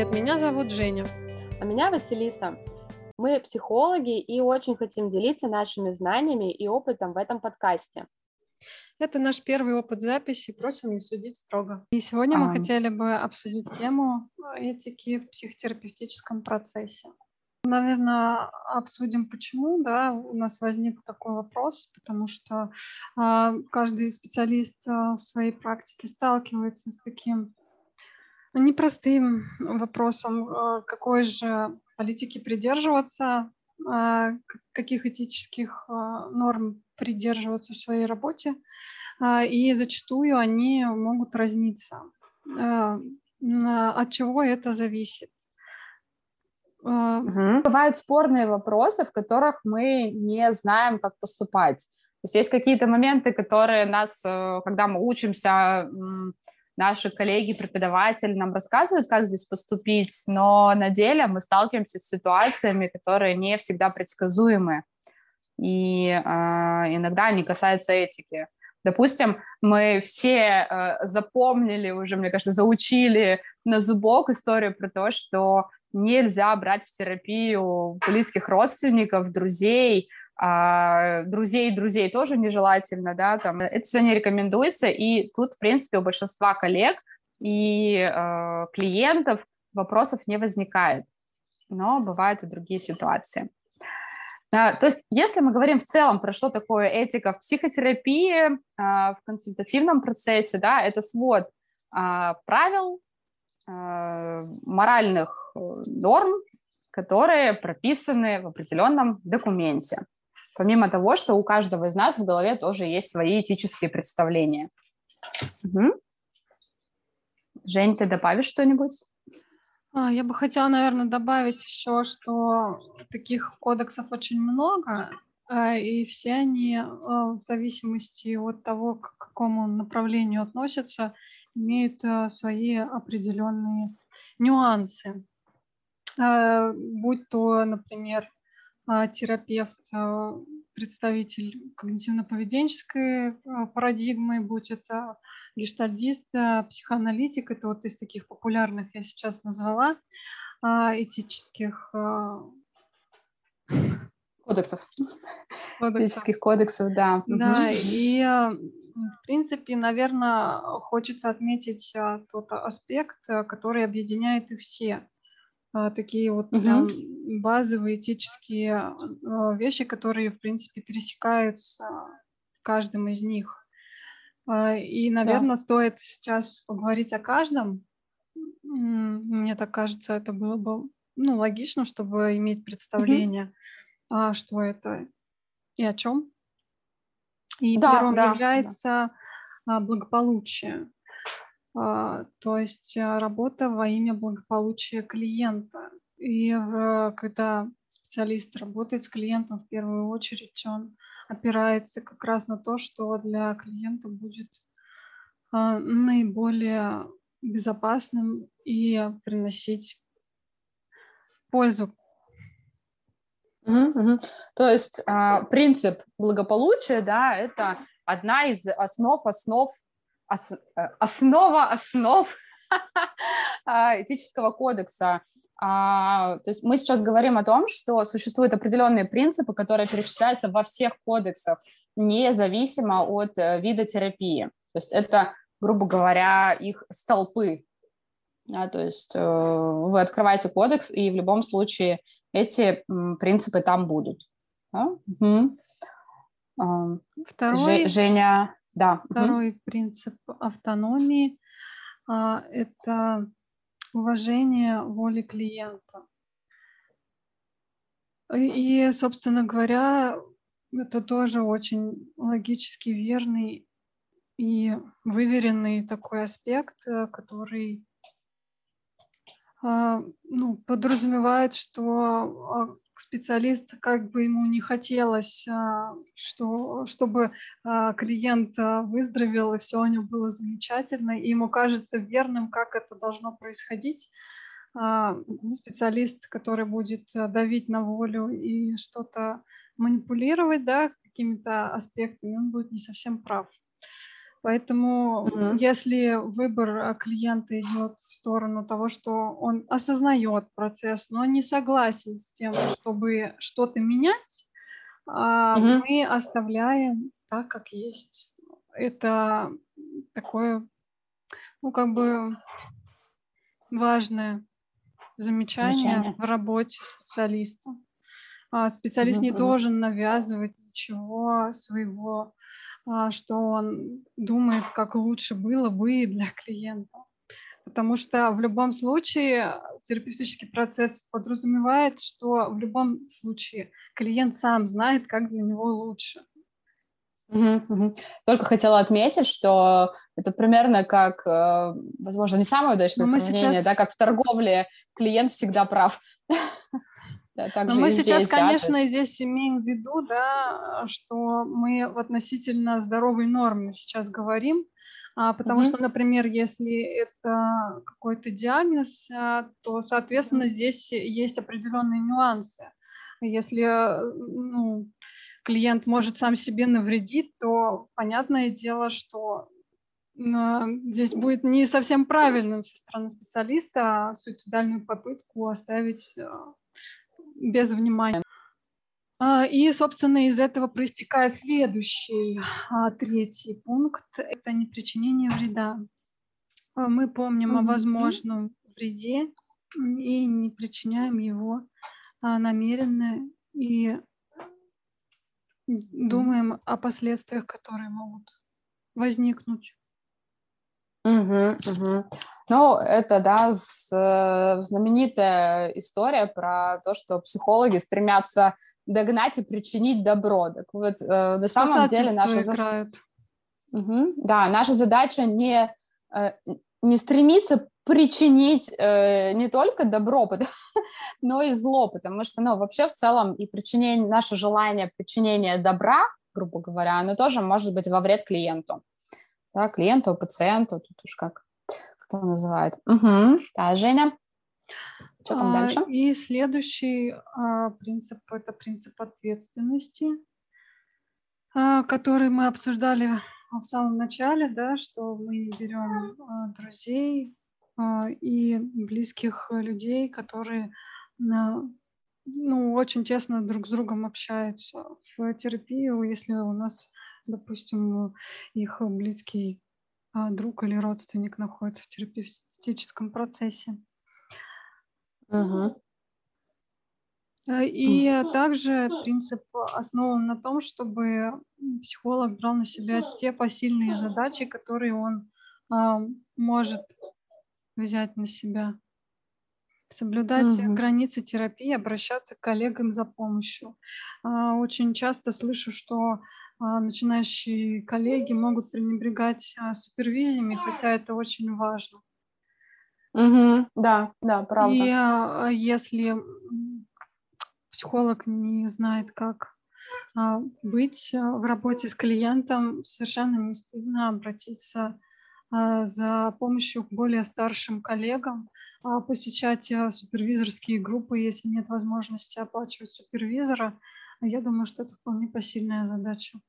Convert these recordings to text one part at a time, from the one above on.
Привет, меня зовут Женя. А меня Василиса. Мы психологи и очень хотим делиться нашими знаниями и опытом в этом подкасте. Это наш первый опыт записи, просим не судить строго. И сегодня мы хотели бы обсудить тему этики в психотерапевтическом процессе. Наверное, обсудим, почему, у нас возник такой вопрос, потому что каждый специалист в своей практике сталкивается с таким непростым вопросом, какой же политики придерживаться, каких этических норм придерживаться в своей работе, и зачастую они могут разниться. От чего это зависит? Бывают спорные вопросы, в которых мы не знаем, как поступать. То есть какие-то моменты, которые нас, когда мы учимся, наши коллеги, преподаватели нам рассказывают, как здесь поступить, но на деле мы сталкиваемся с ситуациями, которые не всегда предсказуемы, и иногда они касаются этики. Допустим, мы все запомнили уже, мне кажется, заучили на зубок историю про то, что нельзя брать в терапию близких родственников, друзей тоже нежелательно, это все не рекомендуется, и тут, в принципе, у большинства коллег и клиентов вопросов не возникает, но бывают и другие ситуации. То есть, если мы говорим в целом про что такое этика в психотерапии, в консультативном процессе, это свод правил, моральных норм, которые прописаны в определенном документе. Помимо того, что у каждого из нас в голове тоже есть свои этические представления. Жень, ты добавишь что-нибудь? Я бы хотела, наверное, добавить еще, что таких кодексов очень много, и все они в зависимости от того, к какому направлению относятся, имеют свои определенные нюансы. Будь то, например, терапевт, представитель когнитивно-поведенческой парадигмы, будь это гештальтист, психоаналитик, это вот из таких популярных я сейчас назвала этических кодексов. Этических кодексов, да. Да, и в принципе, наверное, хочется отметить тот аспект, который объединяет их все. Такие вот прям базовые этические вещи, которые, в принципе, пересекаются в каждом из них. И, наверное, стоит сейчас поговорить о каждом. Мне так кажется, это было бы логично, чтобы иметь представление, что это и о чем. И первым является благополучие. То есть работа во имя благополучия клиента. И когда специалист работает с клиентом, в первую очередь он опирается как раз на то, что для клиента будет наиболее безопасным и приносить пользу. То есть принцип благополучия, это одна из основ этического кодекса. То есть мы сейчас говорим о том, что существуют определенные принципы, которые перечисляются во всех кодексах, независимо от вида терапии. То есть это, грубо говоря, их столпы. То есть вы открываете кодекс, и в любом случае эти принципы там будут. Женя, да. Второй принцип автономии – это уважение воли клиента. И, собственно говоря, это тоже очень логически верный и выверенный такой аспект, который подразумевает, что специалист, как бы ему не хотелось, чтобы клиент выздоровел и все у него было замечательно, и ему кажется верным, как это должно происходить. Специалист, который будет давить на волю и что-то манипулировать, какими-то аспектами, он будет не совсем прав. Поэтому если выбор клиента идет в сторону того, что он осознает процесс, но не согласен с тем, чтобы что-то менять, мы оставляем так, как есть. Это такое, как бы важное замечание в работе специалиста. Специалист не должен навязывать ничего своего, что он думает, как лучше было бы для клиента. Потому что в любом случае терапевтический процесс подразумевает, что в любом случае клиент сам знает, как для него лучше. Только хотела отметить, что это примерно как, возможно, не самое удачное сравнение, да, как в торговле клиент всегда прав. Но мы сейчас, конечно, здесь имеем в виду, да, что мы в относительно здоровой норме сейчас говорим, потому что, например, если это какой-то диагноз, то, соответственно, здесь есть определенные нюансы. Если клиент может сам себе навредить, то понятное дело, что здесь будет не совсем правильным со стороны специалиста суицидальную попытку оставить без внимания. И, собственно, из этого проистекает следующий, третий пункт – это непричинение вреда. Мы помним о возможном вреде и не причиняем его намеренно и думаем о последствиях, которые могут возникнуть. Ну, это, да, знаменитая история про то, что психологи стремятся догнать и причинить добро. Так вот, на самом деле наша задача не стремиться причинить не только добро, но и зло, потому что, вообще в целом и наше желание причинения добра, грубо говоря, оно тоже может быть во вред клиенту. Да, клиенту, пациенту, тут уж кто называет. Да, Женя, что там дальше? И следующий принцип – это принцип ответственности, который мы обсуждали в самом начале, да, что мы не берем друзей и близких людей, которые очень тесно друг с другом общаются в терапию, если у нас, допустим, их близкий друг или родственник находится в терапевтическом процессе. И также принцип основан на том, чтобы психолог брал на себя те посильные задачи, которые он может взять на себя. Соблюдать границы терапии, обращаться к коллегам за помощью. Очень часто слышу, что начинающие коллеги могут пренебрегать супервизиями, хотя это очень важно. Да, правда. И если психолог не знает, как быть в работе с клиентом, совершенно не стыдно обратиться за помощью к более старшим коллегам, посещать супервизорские группы, если нет возможности оплачивать супервизора. Я думаю, что это вполне посильная задача.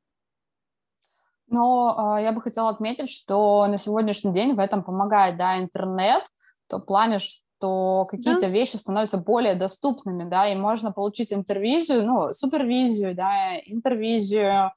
Но я бы хотела отметить, что на сегодняшний день в этом помогает, да, интернет, в том плане, что какие-то вещи становятся более доступными, да, и можно получить супервизию, да, интервизию,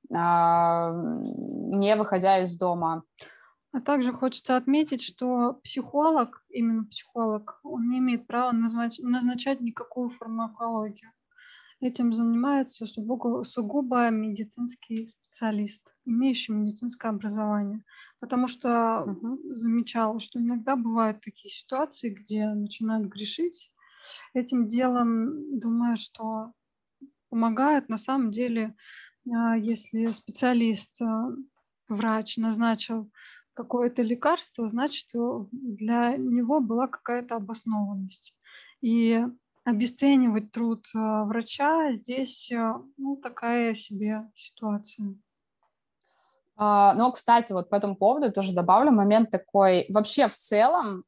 не выходя из дома. А также хочется отметить, что психолог, именно психолог, он не имеет права назначать никакую фармакологию. Этим занимается сугубо медицинский специалист, имеющий медицинское образование. Потому что замечала, что иногда бывают такие ситуации, где начинают грешить этим делом, думая, что помогают. На самом деле, если специалист, врач назначил какое-то лекарство, значит, для него была какая-то обоснованность. И обесценивать труд врача здесь такая себе ситуация. Но, кстати, вот по этому поводу тоже добавлю момент такой. Вообще в целом,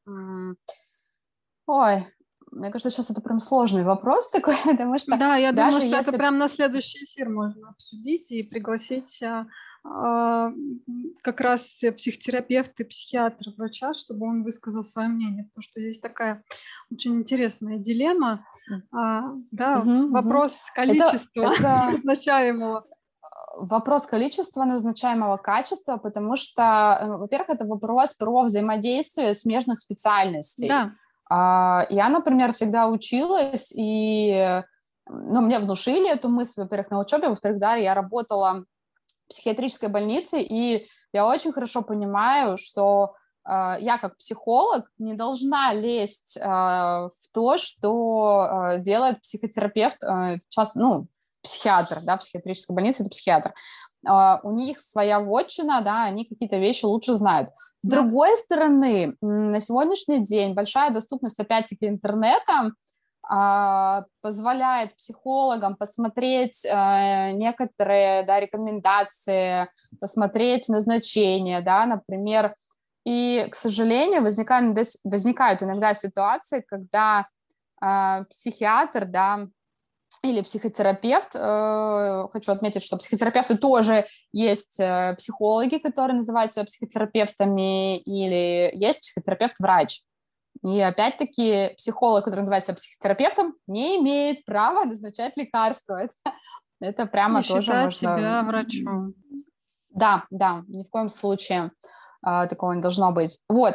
мне кажется, сейчас это прям сложный вопрос такой, потому что... Да, я думаю, что это прям на следующий эфир можно обсудить и пригласить как раз психотерапевт и психиатр врача, чтобы он высказал свое мнение, потому что здесь такая очень интересная дилемма. Да, вопрос количества назначаемого. Вопрос количества назначаемого качества, потому что, во-первых, это вопрос про взаимодействие смежных специальностей. Да. Я, например, всегда училась, и мне внушили эту мысль, во-первых, на учебе, во-вторых, да, я работала в психиатрической больнице, и я очень хорошо понимаю, что я как психолог не должна лезть в то, что делает психотерапевт, психиатр, да, психиатрическая больница – это психиатр. У них своя вотчина, да, они какие-то вещи лучше знают. С другой стороны, на сегодняшний день большая доступность, опять-таки, интернета позволяет психологам посмотреть некоторые, да, рекомендации, посмотреть назначения, да, например. И, к сожалению, возникают иногда ситуации, когда психиатр, да, или психотерапевт, хочу отметить, что психотерапевты тоже есть психологи, которые называют себя психотерапевтами, или есть психотерапевт-врач. И опять-таки психолог, который называется психотерапевтом, не имеет права назначать лекарства. Это прямо тоже можно... себя врачом. Да, ни в коем случае такого не должно быть. Вот.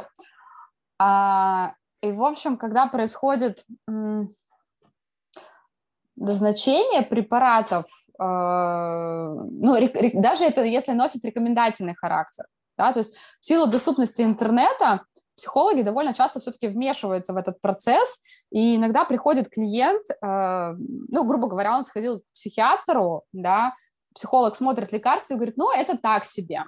И, в общем, когда происходит назначение препаратов, даже это если носит рекомендательный характер, да, то есть в силу доступности интернета психологи довольно часто все-таки вмешиваются в этот процесс, и иногда приходит клиент, грубо говоря, он сходил к психиатру, да, психолог смотрит лекарство и говорит, это так себе,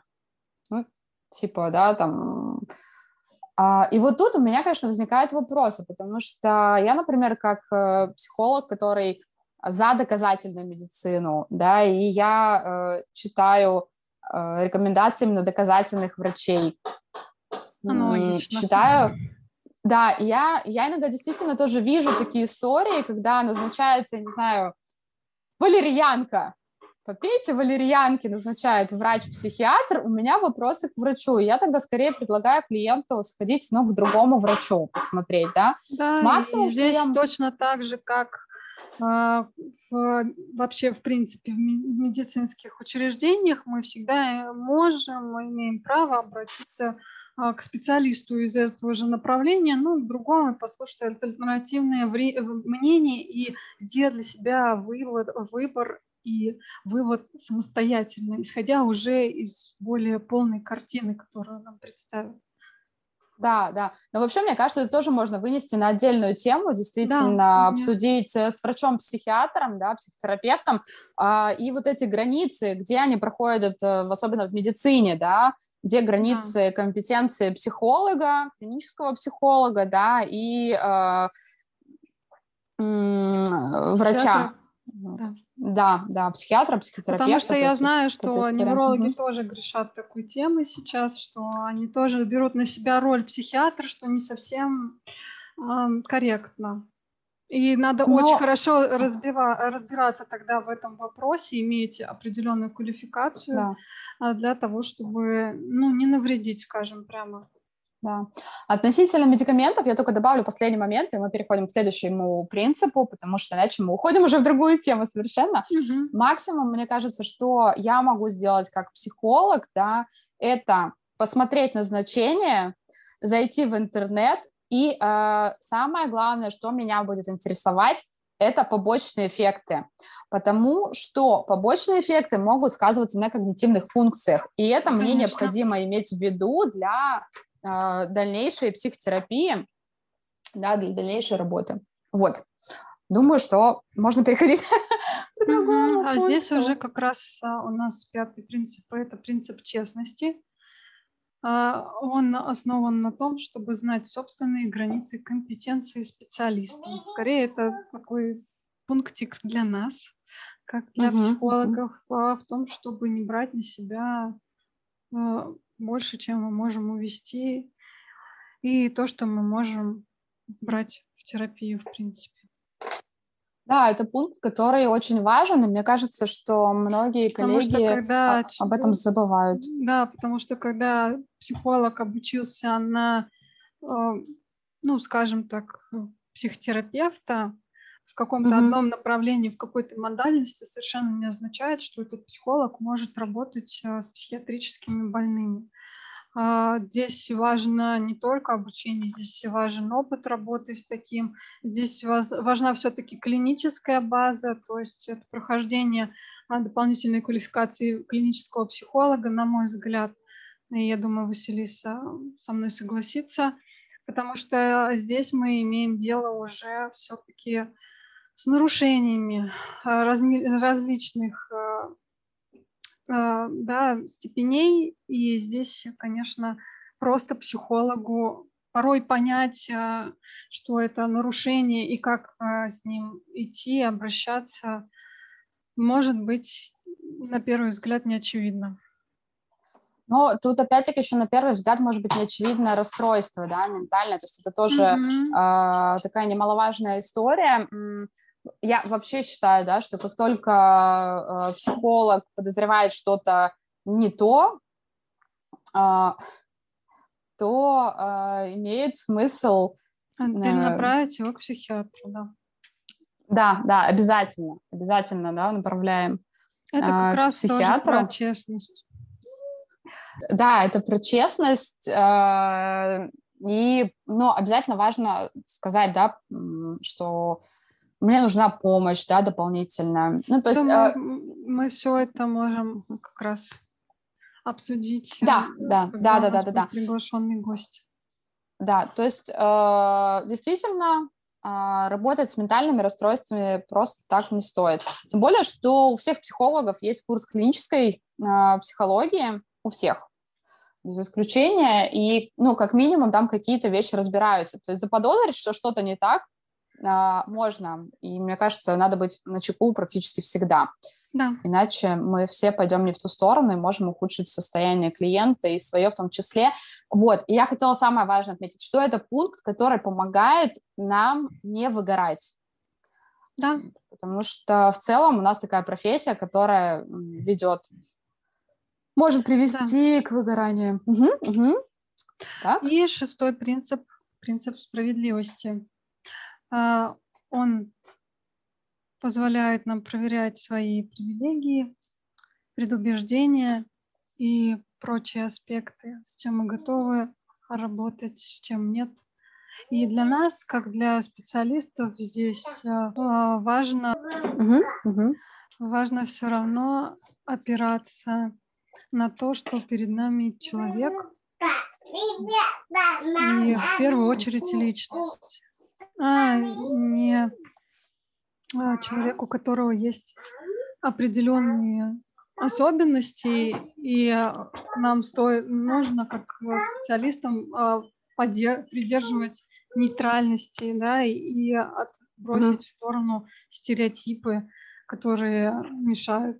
и вот тут у меня, конечно, возникают вопросы, потому что я, например, как психолог, который за доказательную медицину, да, и я читаю рекомендации именно доказательных врачей. Аналогично. Читаю, да, и я иногда действительно тоже вижу такие истории, когда назначается, я не знаю, валерьянка. Попейте валерьянки, назначает врач-психиатр, у меня вопросы к врачу. И я тогда скорее предлагаю клиенту сходить, к другому врачу посмотреть, да. Да, максимум, и здесь точно так же, как вообще, в принципе, в медицинских учреждениях мы всегда имеем право обратиться к специалисту из этого же направления, к другому, послушать альтернативные мнения и сделать для себя выбор и вывод самостоятельно, исходя уже из более полной картины, которую нам представят. Да. Но вообще, мне кажется, это тоже можно вынести на отдельную тему, действительно, обсудить с врачом-психиатром, да, психотерапевтом, и вот эти границы, где они проходят, особенно в медицине, да, где границы компетенции психолога, клинического психолога, да, и врача. Да, психиатра, психотерапевта. Потому что я знаю, что неврологи тоже грешат такой темой сейчас, что они тоже берут на себя роль психиатра, что не совсем корректно. И надо очень хорошо разбираться тогда в этом вопросе, иметь определенную квалификацию для того, чтобы не навредить, скажем прямо. Да. Относительно медикаментов я только добавлю последний момент, и мы переходим к следующему принципу, потому что иначе мы уходим уже в другую тему совершенно. Максимум, мне кажется, что я могу сделать как психолог, да, это посмотреть назначение, зайти в интернет, и самое главное, что меня будет интересовать, это побочные эффекты, потому что побочные эффекты могут сказываться на когнитивных функциях, и это мне необходимо иметь в виду для дальнейшей психотерапии, да, для дальнейшей работы. Вот. Думаю, что можно переходить к другому пункту. Здесь уже как раз у нас 5-й принцип, это принцип честности. Он основан на том, чтобы знать собственные границы компетенции специалиста. Скорее, это такой пунктик для нас, как для психологов, в том, чтобы не брать на себя больше, чем мы можем увести, и то, что мы можем брать в терапию, в принципе. Да, это пункт, который очень важен, и мне кажется, что многие Потому что коллеги когда, об этом забывают. да, потому что когда психолог обучился на, ну, скажем так, психотерапевта в каком-то Мгм. одном направлении, в какой-то модальности, совершенно не означает, что этот психолог может работать с психиатрическими больными. Здесь важно не только обучение, здесь важен опыт работы с таким. Здесь важна все-таки клиническая база, то есть это прохождение дополнительной квалификации клинического психолога, на мой взгляд. И я думаю, Василиса со мной согласится, потому что здесь мы имеем дело уже все-таки с нарушениями различных да, степеней. И здесь, конечно, просто психологу порой понять, что это нарушение и как с ним идти, обращаться, может быть, на первый взгляд, не очевидно. Но тут опять-таки еще на первый взгляд может быть неочевидное расстройство, да, ментальное, то есть это тоже Мгм. такая немаловажная история. Я вообще считаю, да, что как только психолог подозревает что-то не то, а, то имеет смысл, Перенаправить его к психиатру, да. да, да, обязательно, обязательно, да, направляем Это как к раз тоже про психиатру. честность. Да, это про честность, но обязательно важно сказать, да, что мне нужна помощь, да, дополнительная. Ну, то есть, Думаю, мы все это можем как раз обсудить, да, да, да, когда у да, да, нас да, будет да, приглашенный гость. да, то есть действительно работать с ментальными расстройствами просто так не стоит. Тем более, что у всех психологов есть курс клинической психологии, у всех, без исключения, и, ну, как минимум, там какие-то вещи разбираются. То есть заподозрить, что что-то не так, можно. И мне кажется, надо быть начеку практически всегда. Да, Иначе мы все пойдем не в ту сторону и можем ухудшить состояние клиента и свое в том числе. Вот. И я хотела самое важное отметить, что это пункт, который помогает нам не выгорать. да, Потому что в целом у нас такая профессия, которая ведет, может да. привести к выгоранию. Мгм, мгм. Так. И шестой принцип, принцип справедливости. А, Он позволяет нам проверять свои привилегии, предубеждения и прочие аспекты, с чем мы готовы работать, с чем нет. И для нас, как для специалистов, здесь Мгм, мгм. важно все равно опираться на то, что перед нами человек и в первую очередь личность, а не человек, у которого есть определенные особенности, и нам нужно, как специалистам, придерживать нейтральности, да, и Мгм. отбросить в сторону стереотипы, которые мешают.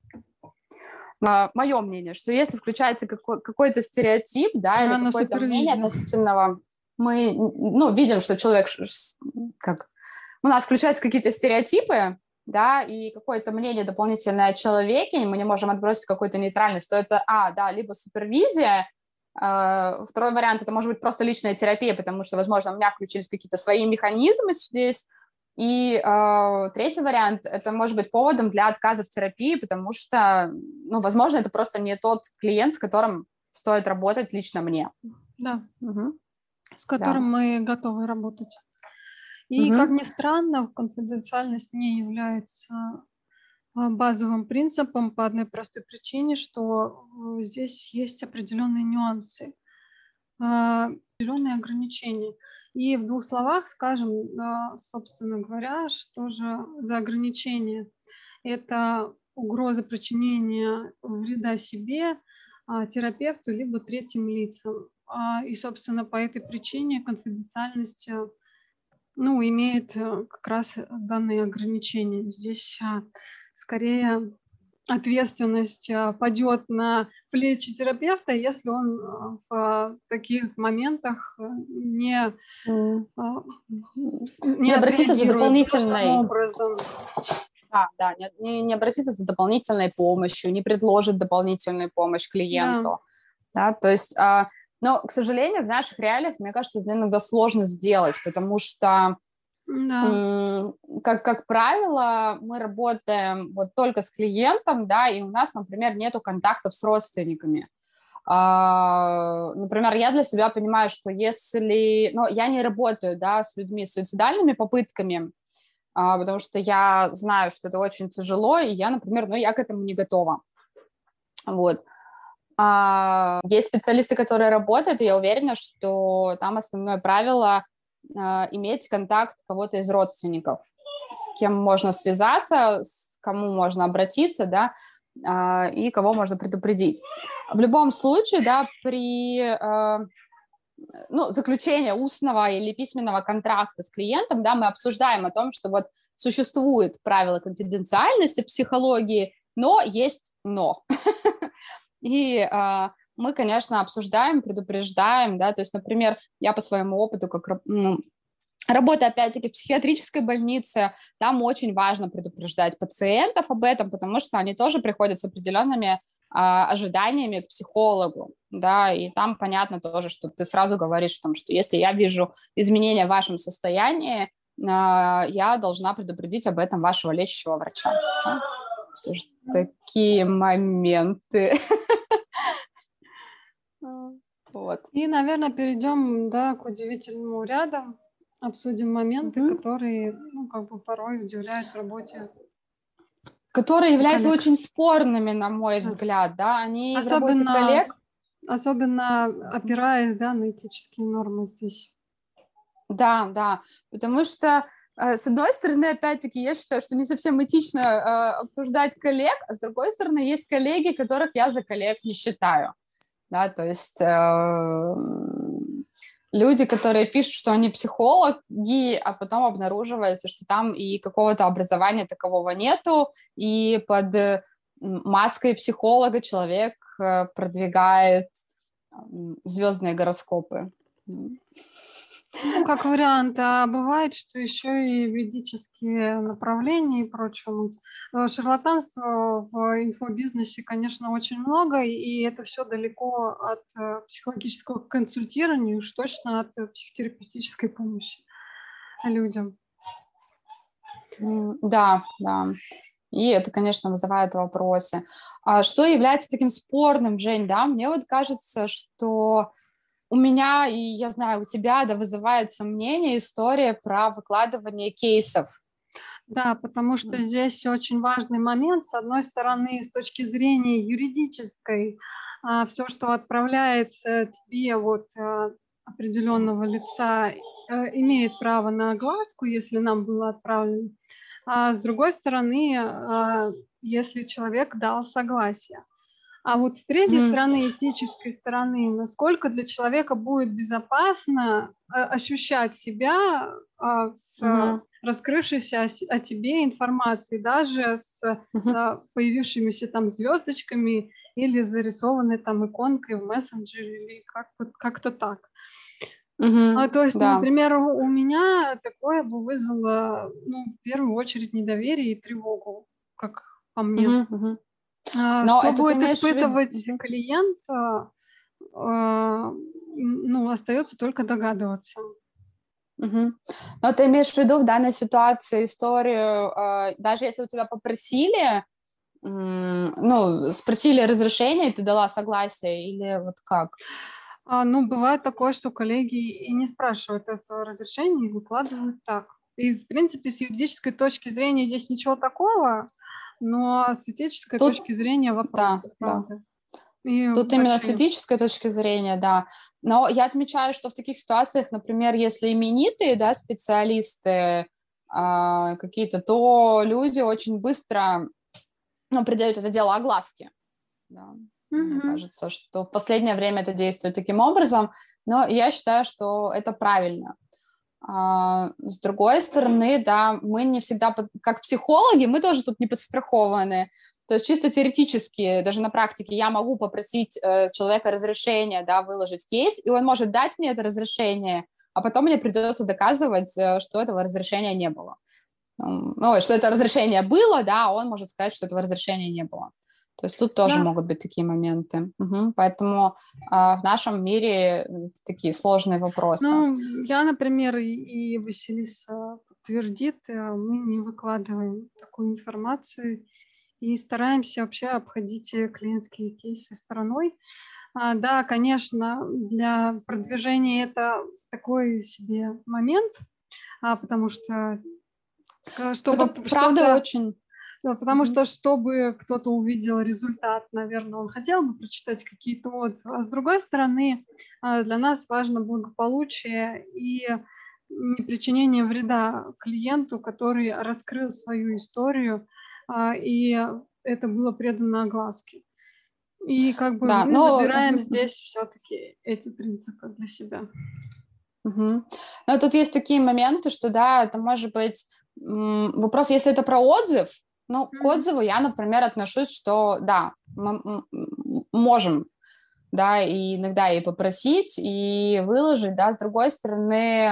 Мое мнение, что если включается какой-то стереотип, да, или На какое-то мнение супервизию. относительного, мы, ну, видим, что человек, как у нас включаются какие-то стереотипы, да, и какое-то мнение дополнительное о человеке, и мы не можем отбросить какую-то нейтральность, то это, да, либо супервизия, второй вариант, это может быть просто личная терапия, потому что, возможно, у меня включились какие-то свои механизмы здесь, и третий вариант, это может быть поводом для отказа в терапии, потому что, ну, возможно, это просто не тот клиент, с которым стоит работать лично мне. Да, Мгм. с Да. которым мы готовы работать. И, как Мгм. ни странно, конфиденциальность не является базовым принципом по одной простой причине, что здесь есть определенные нюансы, определенные ограничения. И в двух словах скажем, собственно говоря, что же за ограничения. Это угроза причинения вреда себе, терапевту, либо третьим лицам. И, собственно, по этой причине конфиденциальность ну, имеет как раз данные ограничения. Здесь скорее ответственность падет на плечи терапевта, если он в таких моментах не обратиться за отреагирует должным дополнительной... образом. Да, не обратиться за дополнительной помощью, не предложит дополнительную помощь клиенту. Да, то есть, но, к сожалению, в наших реалиях, мне кажется, это иногда сложно сделать, потому что, как правило, мы работаем вот только с клиентом, да, и у нас, например, нету контактов с родственниками. Например, я для себя понимаю, что если... Но я не работаю, да, с людьми с суицидальными попытками, потому что я знаю, что это очень тяжело, и я, например, я к этому не готова. Вот. Есть специалисты, которые работают, и я уверена, что там основное правило иметь контакт кого-то из родственников, с кем можно связаться, с кому можно обратиться, да, и кого можно предупредить. В любом случае, да, при заключении устного или письменного контракта с клиентом, да, мы обсуждаем о том, что вот существует правило конфиденциальности психологии, но есть но. И мы, конечно, обсуждаем, предупреждаем, да, то есть, например, я по своему опыту, как работая, опять-таки, в психиатрической больнице, там очень важно предупреждать пациентов об этом, потому что они тоже приходят с определенными ожиданиями к психологу, да, и там понятно тоже, что ты сразу говоришь, что если я вижу изменения в вашем состоянии, я должна предупредить об этом вашего лечащего врача. Да? Что ж, такие моменты. Вот. И, наверное, перейдем, да, к удивительному ряду, обсудим моменты, которые, порой удивляют в работе. Которые являются очень спорными, на мой взгляд, да, они в работе коллег. Особенно опираясь, да, на этические нормы здесь. Да, потому что, с одной стороны, опять-таки, я считаю, что не совсем этично обсуждать коллег, а с другой стороны, есть коллеги, которых я за коллег не считаю, да, то есть люди, которые пишут, что они психологи, а потом обнаруживается, что там и какого-то образования такового нету, и под маской психолога человек продвигает звездные гороскопы. Как вариант, а бывает, что еще и ведические направления и прочее. Шарлатанства в инфобизнесе, конечно, очень много, и это все далеко от психологического консультирования, уж точно от психотерапевтической помощи людям. Да. И это, конечно, вызывает вопросы. А что является таким спорным, Жень, да? Мне вот кажется, что у меня, и я знаю, у тебя, да, вызывает сомнение история про выкладывание кейсов. Да, потому что здесь очень важный момент. С одной стороны, с точки зрения юридической, все, что отправляется тебе от определенного лица, имеет право на огласку, если нам было отправлено. А с другой стороны, если человек дал согласие. А вот с третьей стороны, этической стороны, насколько для человека будет безопасно ощущать себя с раскрывшейся о тебе информацией, даже с появившимися там звездочками или зарисованной там иконкой в мессенджере или как-то так. То есть, например, у меня такое бы вызвало, в первую очередь, недоверие и тревогу, как по мне. Но что будет испытывать клиент, остается только догадываться. Но ты имеешь в виду в данной ситуации историю, даже если у тебя попросили, спросили разрешение, и ты дала согласие, или вот как? Бывает такое, что коллеги и не спрашивают это разрешение, и выкладывают так. И, в принципе, с юридической точки зрения здесь ничего такого, но с этической точки зрения вопросы, правда. Тут именно с этической точки зрения, да. Но я отмечаю, что в таких ситуациях, например, если именитые, да, специалисты какие-то, то люди очень быстро придают это дело огласке. Да. Мне кажется, что в последнее время это действует таким образом, но я считаю, что это правильно. С другой стороны, да, мы не всегда, как психологи, мы тоже тут не подстрахованы. То То есть чисто теоретически, даже на практике, я могу попросить человека разрешения, да, выложить кейс, и он может дать мне это разрешение, а потом мне придется доказывать, что этого разрешения не было. Ну, что это разрешение было, да, а он может сказать, что этого разрешения не было. То есть тут тоже могут быть такие моменты. Поэтому в нашем мире такие сложные вопросы. Ну, я, например, и Василиса подтвердит, мы не выкладываем такую информацию и стараемся вообще обходить клиентские кейсы стороной. Да, конечно, для продвижения это такой себе момент, потому что чтобы правда очень... Потому что, чтобы кто-то увидел результат, наверное, он хотел бы прочитать какие-то отзывы. А с другой стороны, для нас важно благополучие и непричинение вреда клиенту, который раскрыл свою историю, и это было предано огласке. И как бы мы выбираем здесь все-таки эти принципы для себя. Но тут есть такие моменты, что, да, это может быть вопрос, если это про отзыв, ну, к отзыву я, например, отношусь, что, да, мы можем, да, и иногда и попросить, и выложить, да, с другой стороны...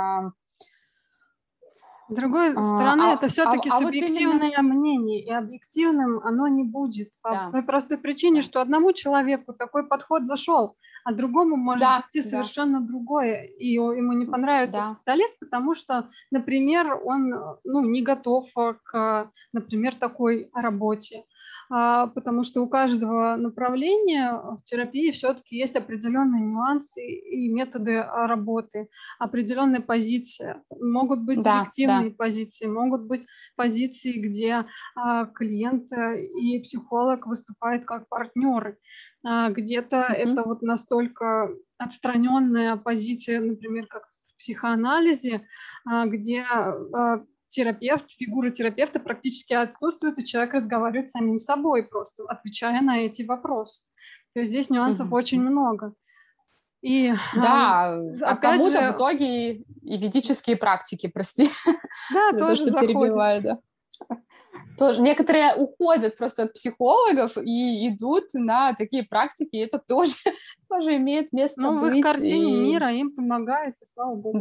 С другой стороны, это все-таки субъективное вот мнение, и объективным оно не будет. По той простой причине, что одному человеку такой подход зашел, а другому может зайти совершенно другое, и ему не понравится специалист, потому что, например, он не готов к, например, такой работе. Потому что у каждого направления в терапии все-таки есть определенные нюансы и методы работы, определенные позиции. Могут быть директивные позиции, могут быть позиции, где клиент и психолог выступают как партнеры. Где-то это вот настолько отстраненная позиция, например, как в психоанализе, где фигура терапевта практически отсутствует, и человек разговаривает с самим собой просто, отвечая на эти вопросы. То есть здесь нюансов очень много. И, а кому-то в итоге и ведические практики, прости, да, тоже что перебиваю, да. Тоже некоторые уходят просто от психологов и идут на такие практики, и это тоже имеет место быть. В их картине мира им помогает, и слава богу.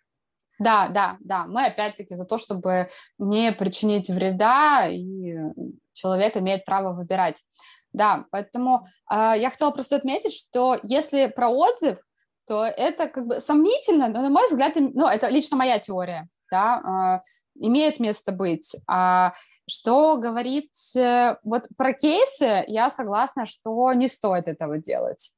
Да, мы опять-таки за то, чтобы не причинить вреда, и человек имеет право выбирать. Да, поэтому я хотела просто отметить, что если про отзыв, то это как бы сомнительно, но, на мой взгляд, это лично моя теория, да, имеет место быть. Что говорить вот про кейсы, я согласна, что не стоит этого делать.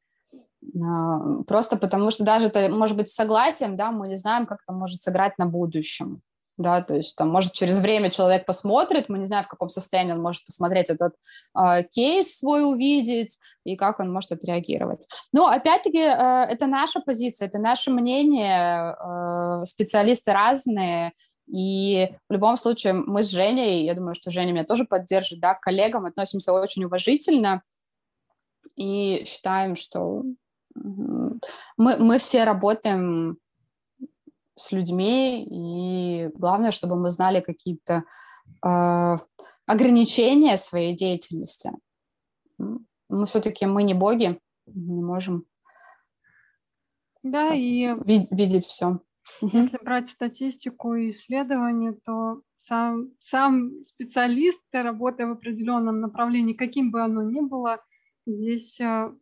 Просто потому что даже это может быть согласием, да, мы не знаем, как это может сыграть на будущем, да, то есть там, может, через время человек посмотрит, мы не знаем, в каком состоянии он может посмотреть этот кейс свой увидеть и как он может отреагировать. Но, опять-таки, это наша позиция, это наше мнение, специалисты разные, и в любом случае мы с Женей, я думаю, что Женя меня тоже поддержит, да, к коллегам относимся очень уважительно и считаем, что мы все работаем с людьми, и главное, чтобы мы знали какие-то ограничения своей деятельности. Все-таки мы не боги, не можем видеть все. Если брать статистику и исследования, то сам специалист, работая в определенном направлении, каким бы оно ни было, здесь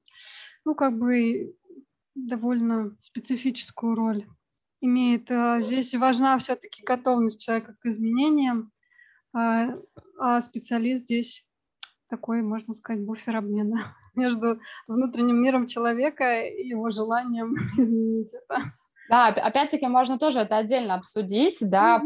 довольно специфическую роль имеет. Здесь важна все-таки готовность человека к изменениям, а специалист здесь такой, можно сказать, буфер обмена между внутренним миром человека и его желанием изменить это. Да, опять-таки можно тоже это отдельно обсудить, да,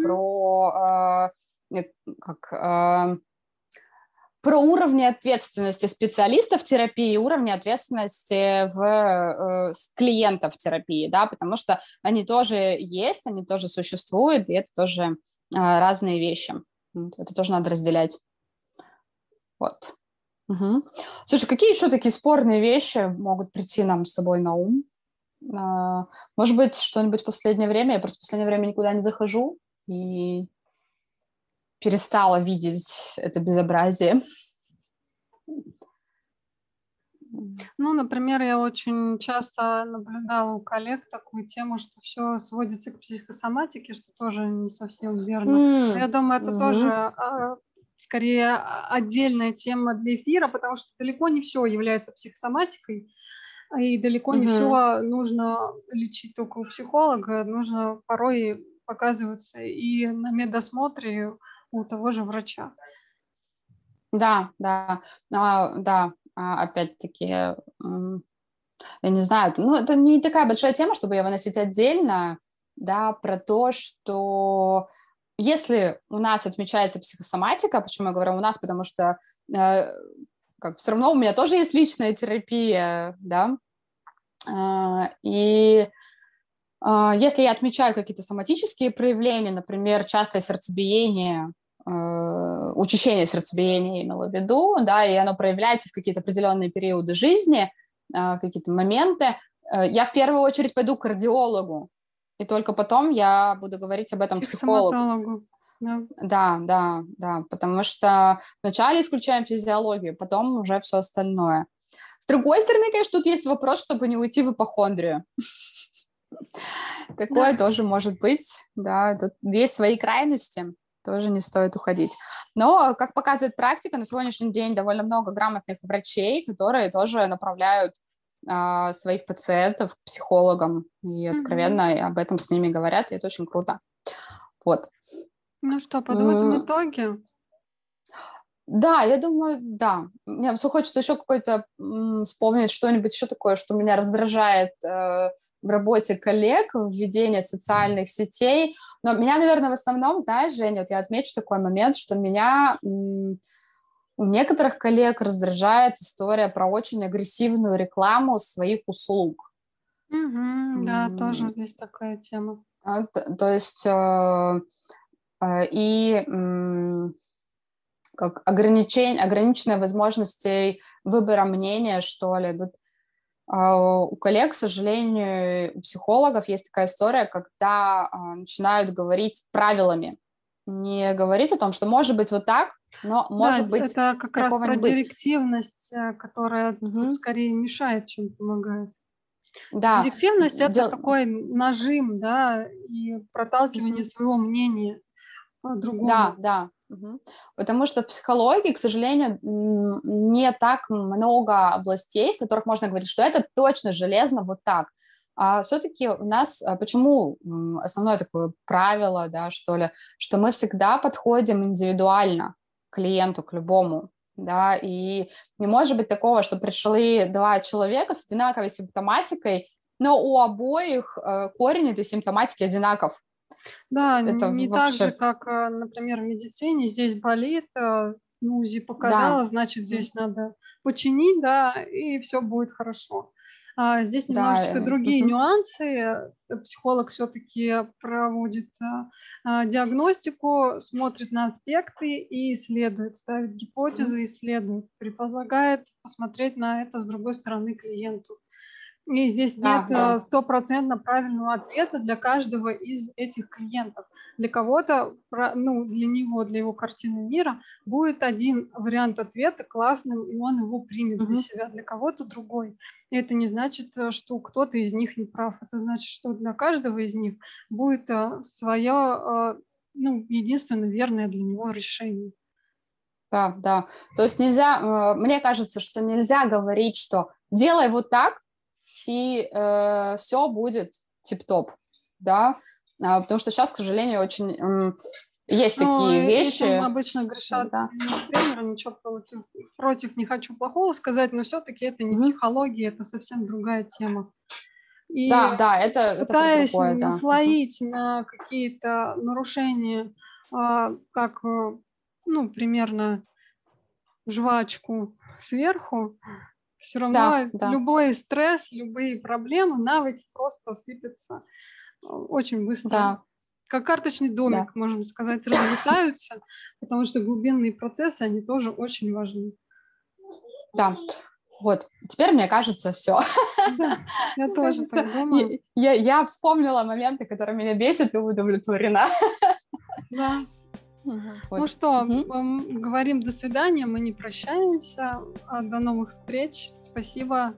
про уровни ответственности специалистов в терапии и уровни ответственности клиентов в терапии, да, потому что они тоже есть, они тоже существуют, и это тоже разные вещи. Это тоже надо разделять. Вот. Слушай, какие еще такие спорные вещи могут прийти нам с тобой на ум? Может быть, что-нибудь в последнее время? Я просто в последнее время никуда не захожу и перестала видеть это безобразие. Ну, например, я очень часто наблюдала у коллег такую тему, что все сводится к психосоматике, что тоже не совсем верно. Но я думаю, это тоже скорее отдельная тема для эфира, потому что далеко не все является психосоматикой, и далеко не все нужно лечить только у психолога, нужно порой показываться и на медосмотре у того же врача. Да, опять-таки, я не знаю, это не такая большая тема, чтобы ее выносить отдельно, да, про то, что если у нас отмечается психосоматика, почему я говорю у нас, потому что все равно у меня тоже есть личная терапия, да, и если я отмечаю какие-то соматические проявления, например, частое сердцебиение, учащение сердцебиения, я имела в виду, да, и оно проявляется в какие-то определенные периоды жизни, какие-то моменты, я в первую очередь пойду к кардиологу, и только потом я буду говорить об этом психологу. Да, потому что вначале исключаем физиологию, потом уже все остальное. С другой стороны, конечно, тут есть вопрос, чтобы не уйти в ипохондрию. Такое тоже может быть, да, тут есть свои крайности, тоже не стоит уходить. Но, как показывает практика, на сегодняшний день довольно много грамотных врачей, которые тоже направляют своих пациентов к психологам и откровенно об этом с ними говорят, и это очень круто. Вот. Ну что, подводим итоги? Да, я думаю, да. Мне все хочется еще какой-то вспомнить что-нибудь еще такое, что меня раздражает в работе коллег, в ведении социальных сетей. Но меня, наверное, в основном, знаешь, Женя, вот я отмечу такой момент, что меня у некоторых коллег раздражает история про очень агрессивную рекламу своих услуг. Да, тоже есть такая тема. То есть как ограниченная возможностей выбора мнения, что ли. У коллег, к сожалению, у психологов есть такая история, когда начинают говорить правилами. Не говорить о том, что может быть вот так, но может быть это как раз про директивность, которая тут скорее мешает, чем помогает. Да. Директивность – это такой нажим, да, и проталкивание своего мнения по-другому. Да. Потому что в психологии, к сожалению, не так много областей, в которых можно говорить, что это точно железно вот так. А все-таки у нас, почему основное такое правило, да, что ли, что мы всегда подходим индивидуально к клиенту, к любому, да, и не может быть такого, что пришли два человека с одинаковой симптоматикой, но у обоих корень этой симптоматики одинаков. Да, это не вообще... так же, как, например, в медицине. Здесь болит, УЗИ показала, значит, здесь надо починить, да, и все будет хорошо. Здесь немножечко другие нюансы. Психолог все-таки проводит диагностику, смотрит на аспекты и исследует, ставит гипотезы, исследует, предполагает посмотреть на это с другой стороны клиенту. И здесь нет стопроцентно правильного ответа для каждого из этих клиентов. Для кого-то, для него, для его картины мира будет один вариант ответа классным, и он его примет для себя, для кого-то другой. И это не значит, что кто-то из них не прав. Это значит, что для каждого из них будет свое, единственно верное для него решение. Да. То есть нельзя, мне кажется, что нельзя говорить, что делай вот так, и все будет тип-топ, да, потому что сейчас, к сожалению, очень есть такие вещи. Этим обычно грешат тренеры, ничего против не хочу плохого сказать, но все-таки это не психология, это совсем другая тема. И это пытаясь наслоить на какие-то нарушения, как, примерно жвачку сверху, все равно любой стресс, любые проблемы, навыки просто сыпятся очень быстро. Да. Как карточный домик, можно сказать, разлетаются, потому что глубинные процессы, они тоже очень важны. Да, вот. Теперь, мне кажется, все. Да, я тоже так думаю. Я вспомнила моменты, которые меня бесят, и удовлетворена. Да. Вот. Ну что, говорим до свидания, мы не прощаемся. До новых встреч. Спасибо,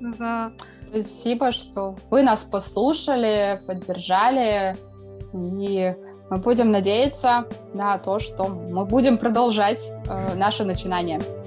что вы нас послушали, поддержали, и мы будем надеяться на то, что мы будем продолжать наше начинание.